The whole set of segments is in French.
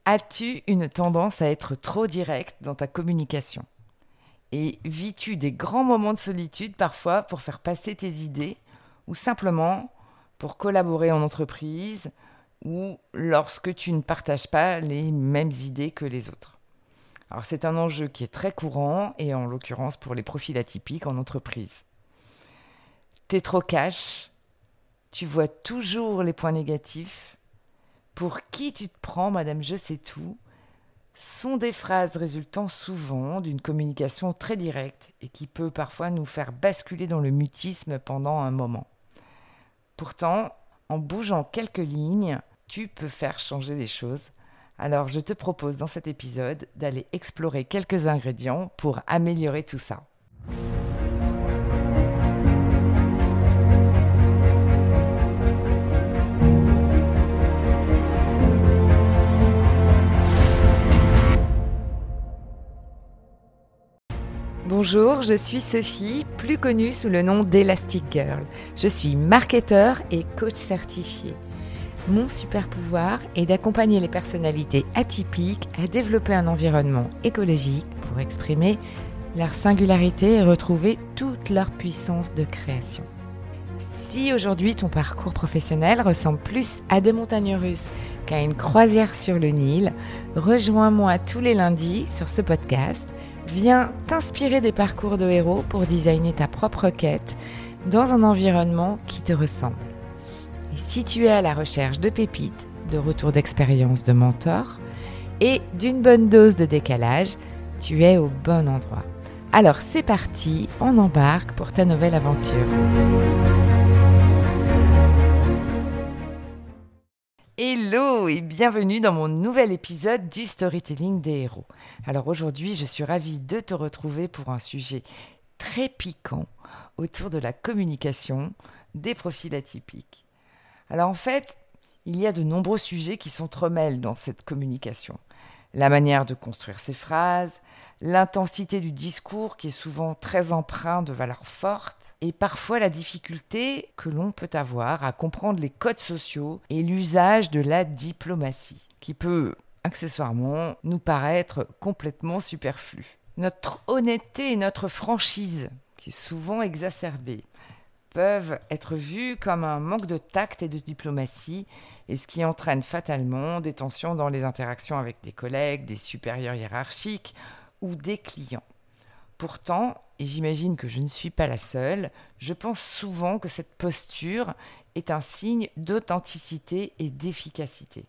As-tu une tendance à être trop direct dans ta communication? Et vis-tu des grands moments de solitude parfois pour faire passer tes idées ou simplement pour collaborer en entreprise ou lorsque tu ne partages pas les mêmes idées que les autres? Alors c'est un enjeu qui est très courant et en l'occurrence pour les profils atypiques en entreprise. T'es trop cash, tu vois toujours les points négatifs. Pour qui tu te prends, madame, je sais tout, sont des phrases résultant souvent d'une communication très directe et qui peut parfois nous faire basculer dans le mutisme pendant un moment. Pourtant, en bougeant quelques lignes, tu peux faire changer les choses. Alors je te propose dans cet épisode d'aller explorer quelques ingrédients pour améliorer tout ça. Bonjour, je suis Sophie, plus connue sous le nom d'Elastic Girl. Je suis marketeur et coach certifié. Mon super pouvoir est d'accompagner les personnalités atypiques à développer un environnement écologique pour exprimer leur singularité et retrouver toute leur puissance de création. Si aujourd'hui ton parcours professionnel ressemble plus à des montagnes russes qu'à une croisière sur le Nil, rejoins-moi tous les lundis sur ce podcast. Viens t'inspirer des parcours de héros pour designer ta propre quête dans un environnement qui te ressemble. Et si tu es à la recherche de pépites, de retours d'expérience de mentors et d'une bonne dose de décalage, tu es au bon endroit. Alors c'est parti, on embarque pour ta nouvelle aventure. Hello et bienvenue dans mon nouvel épisode du Storytelling des héros. Alors aujourd'hui, je suis ravie de te retrouver pour un sujet très piquant autour de la communication des profils atypiques. Alors en fait, il y a de nombreux sujets qui s'entremêlent dans cette communication. La manière de construire ses phrases, l'intensité du discours qui est souvent très empreint de valeurs fortes et parfois la difficulté que l'on peut avoir à comprendre les codes sociaux et l'usage de la diplomatie qui peut accessoirement nous paraître complètement superflu. Notre honnêteté et notre franchise, qui est souvent exacerbée, peuvent être vues comme un manque de tact et de diplomatie, et ce qui entraîne fatalement des tensions dans les interactions avec des collègues, des supérieurs hiérarchiques ou des clients. Pourtant, et j'imagine que je ne suis pas la seule, je pense souvent que cette posture est un signe d'authenticité et d'efficacité.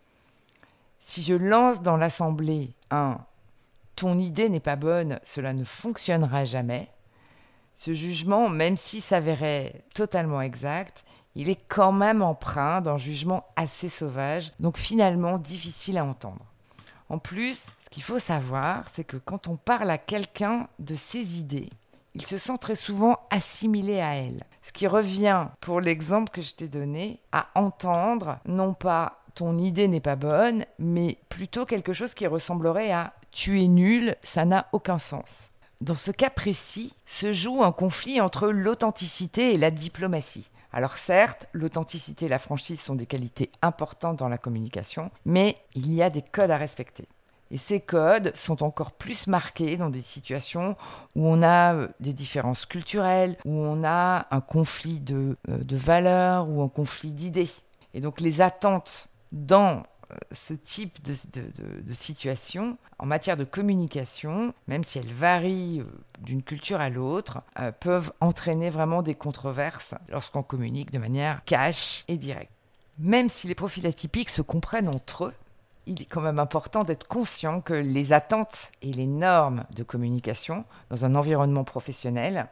Si je lance dans l'assemblée un « ton idée n'est pas bonne, cela ne fonctionnera jamais », ce jugement, même s'il s'avérait totalement exact, il est quand même empreint d'un jugement assez sauvage, donc finalement difficile à entendre. En plus, ce qu'il faut savoir, c'est que quand on parle à quelqu'un de ses idées, il se sent très souvent assimilé à elles. Ce qui revient, pour l'exemple que je t'ai donné, à entendre non pas « ton idée n'est pas bonne », mais plutôt quelque chose qui ressemblerait à « tu es nul, ça n'a aucun sens ». Dans ce cas précis, se joue un conflit entre l'authenticité et la diplomatie. Alors certes, l'authenticité et la franchise sont des qualités importantes dans la communication, mais il y a des codes à respecter. Et ces codes sont encore plus marqués dans des situations où on a des différences culturelles, où on a un conflit de valeurs ou un conflit d'idées. Et donc les attentes dans ce type de situation, en matière de communication, même si elles varient d'une culture à l'autre, peuvent entraîner vraiment des controverses lorsqu'on communique de manière cash et directe. Même si les profils atypiques se comprennent entre eux, il est quand même important d'être conscient que les attentes et les normes de communication dans un environnement professionnel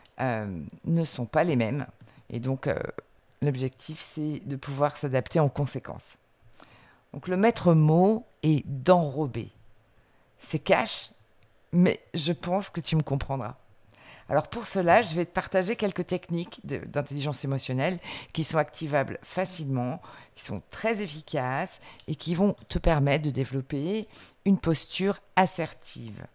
ne sont pas les mêmes. Et donc, l'objectif, c'est de pouvoir s'adapter en conséquence. Donc le maître mot est d'enrober. C'est cash, mais je pense que tu me comprendras. Alors pour cela, je vais te partager quelques techniques d'intelligence émotionnelle qui sont activables facilement, qui sont très efficaces et qui vont te permettre de développer une posture assertive.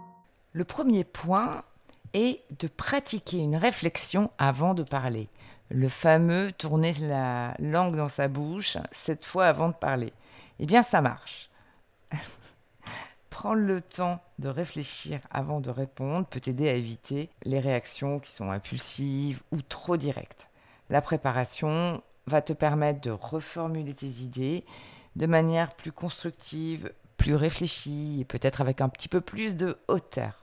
Le premier point est de pratiquer une réflexion avant de parler. Le fameux tourner la langue dans sa bouche 7 fois avant de parler. Eh bien, ça marche. Prendre le temps de réfléchir avant de répondre peut t'aider à éviter les réactions qui sont impulsives ou trop directes. La préparation va te permettre de reformuler tes idées de manière plus constructive, plus réfléchie et peut-être avec un petit peu plus de hauteur.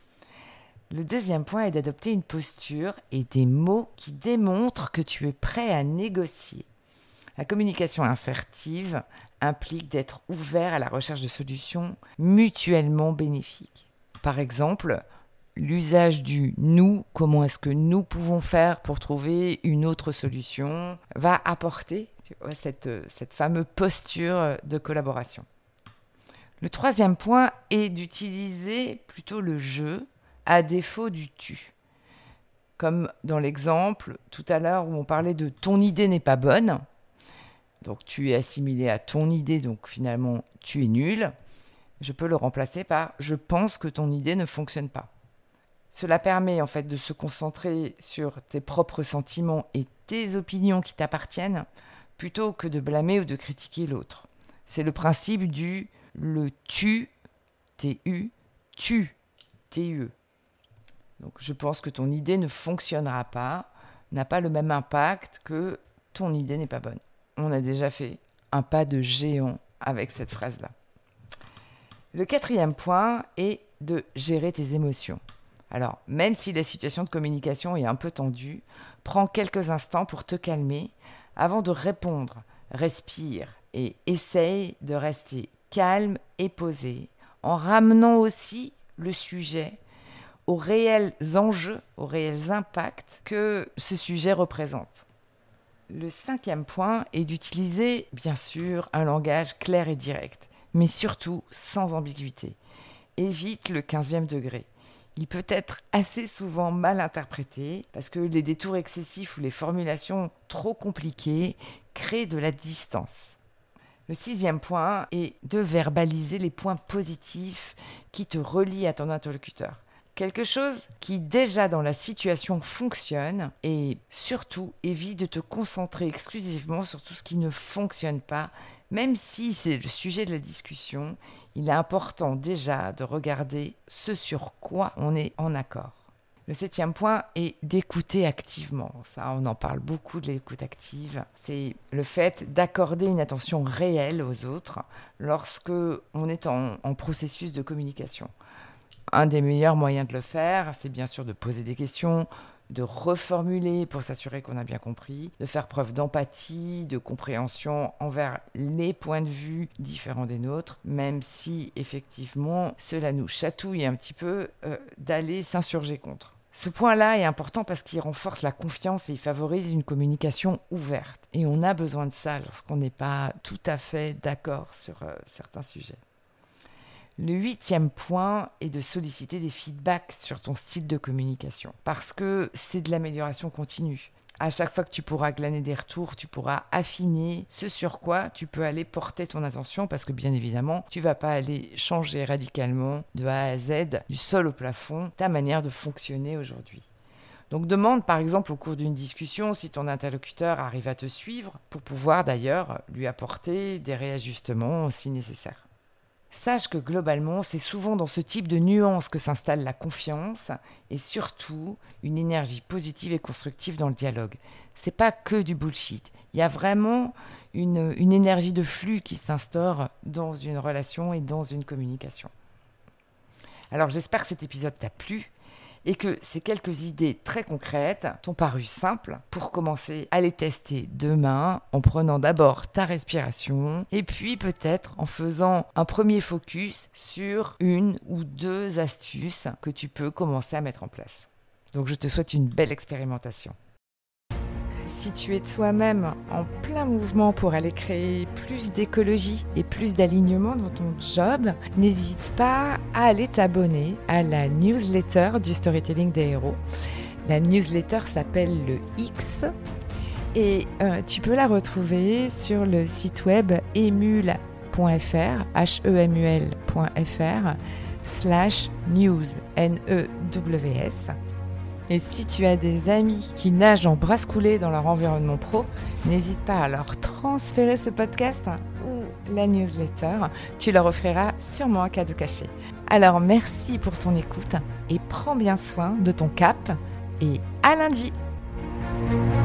Le deuxième point est d'adopter une posture et des mots qui démontrent que tu es prêt à négocier. La communication assertive implique d'être ouvert à la recherche de solutions mutuellement bénéfiques. Par exemple, l'usage du « nous », comment est-ce que nous pouvons faire pour trouver une autre solution, va apporter cette fameuse posture de collaboration. Le troisième point est d'utiliser plutôt le « je » à défaut du « tu ». Comme dans l'exemple tout à l'heure où on parlait de « ton idée n'est pas bonne », donc tu es assimilé à ton idée, donc finalement tu es nul. Je peux le remplacer par « je pense que ton idée ne fonctionne pas ». Cela permet en fait de se concentrer sur tes propres sentiments et tes opinions qui t'appartiennent plutôt que de blâmer ou de critiquer l'autre. C'est le principe du « le tu, tu, tu, tu ». Donc je pense que ton idée ne fonctionnera pas, n'a pas le même impact que ton idée n'est pas bonne. On a déjà fait un pas de géant avec cette phrase-là. Le quatrième point est de gérer tes émotions. Alors, même si la situation de communication est un peu tendue, prends quelques instants pour te calmer avant de répondre. Respire et essaye de rester calme et posé en ramenant aussi le sujet aux réels enjeux, aux réels impacts que ce sujet représente. Le cinquième point est d'utiliser, bien sûr, un langage clair et direct, mais surtout sans ambiguïté. Évite le 15e degré. Il peut être assez souvent mal interprété parce que les détours excessifs ou les formulations trop compliquées créent de la distance. Le 6e point est de verbaliser les points positifs qui te relient à ton interlocuteur. Quelque chose qui déjà dans la situation fonctionne et surtout évite de te concentrer exclusivement sur tout ce qui ne fonctionne pas. Même si c'est le sujet de la discussion, il est important déjà de regarder ce sur quoi on est en accord. Le 7e point est d'écouter activement. Ça, on en parle beaucoup de l'écoute active. C'est le fait d'accorder une attention réelle aux autres lorsque on est en processus de communication. Un des meilleurs moyens de le faire, c'est bien sûr de poser des questions, de reformuler pour s'assurer qu'on a bien compris, de faire preuve d'empathie, de compréhension envers les points de vue différents des nôtres, même si effectivement cela nous chatouille un petit peu d'aller s'insurger contre. Ce point-là est important parce qu'il renforce la confiance et il favorise une communication ouverte. Et on a besoin de ça lorsqu'on n'est pas tout à fait d'accord sur certains sujets. Le 8e point est de solliciter des feedbacks sur ton style de communication parce que c'est de l'amélioration continue. À chaque fois que tu pourras glaner des retours, tu pourras affiner ce sur quoi tu peux aller porter ton attention parce que bien évidemment, tu ne vas pas aller changer radicalement de A à Z, du sol au plafond, ta manière de fonctionner aujourd'hui. Donc demande par exemple au cours d'une discussion si ton interlocuteur arrive à te suivre pour pouvoir d'ailleurs lui apporter des réajustements si nécessaire. Sache que globalement, c'est souvent dans ce type de nuances que s'installe la confiance et surtout une énergie positive et constructive dans le dialogue. C'est pas que du bullshit. Il y a vraiment une énergie de flux qui s'instaure dans une relation et dans une communication. Alors j'espère que cet épisode t'a plu et que ces quelques idées très concrètes t'ont paru simples pour commencer à les tester demain en prenant d'abord ta respiration et puis peut-être en faisant un premier focus sur 1 ou 2 astuces que tu peux commencer à mettre en place. Donc je te souhaite une belle expérimentation. Si tu es toi-même en plein mouvement pour aller créer plus d'écologie et plus d'alignement dans ton job, n'hésite pas à aller t'abonner à la newsletter du Storytelling des héros. La newsletter s'appelle le X et tu peux la retrouver sur le site web emul.fr, hemul.fr/news, NEWS. Et si tu as des amis qui nagent en brasse coulée dans leur environnement pro, n'hésite pas à leur transférer ce podcast ou la newsletter. Tu leur offriras sûrement un cadeau caché. Alors merci pour ton écoute et prends bien soin de ton cap et à lundi.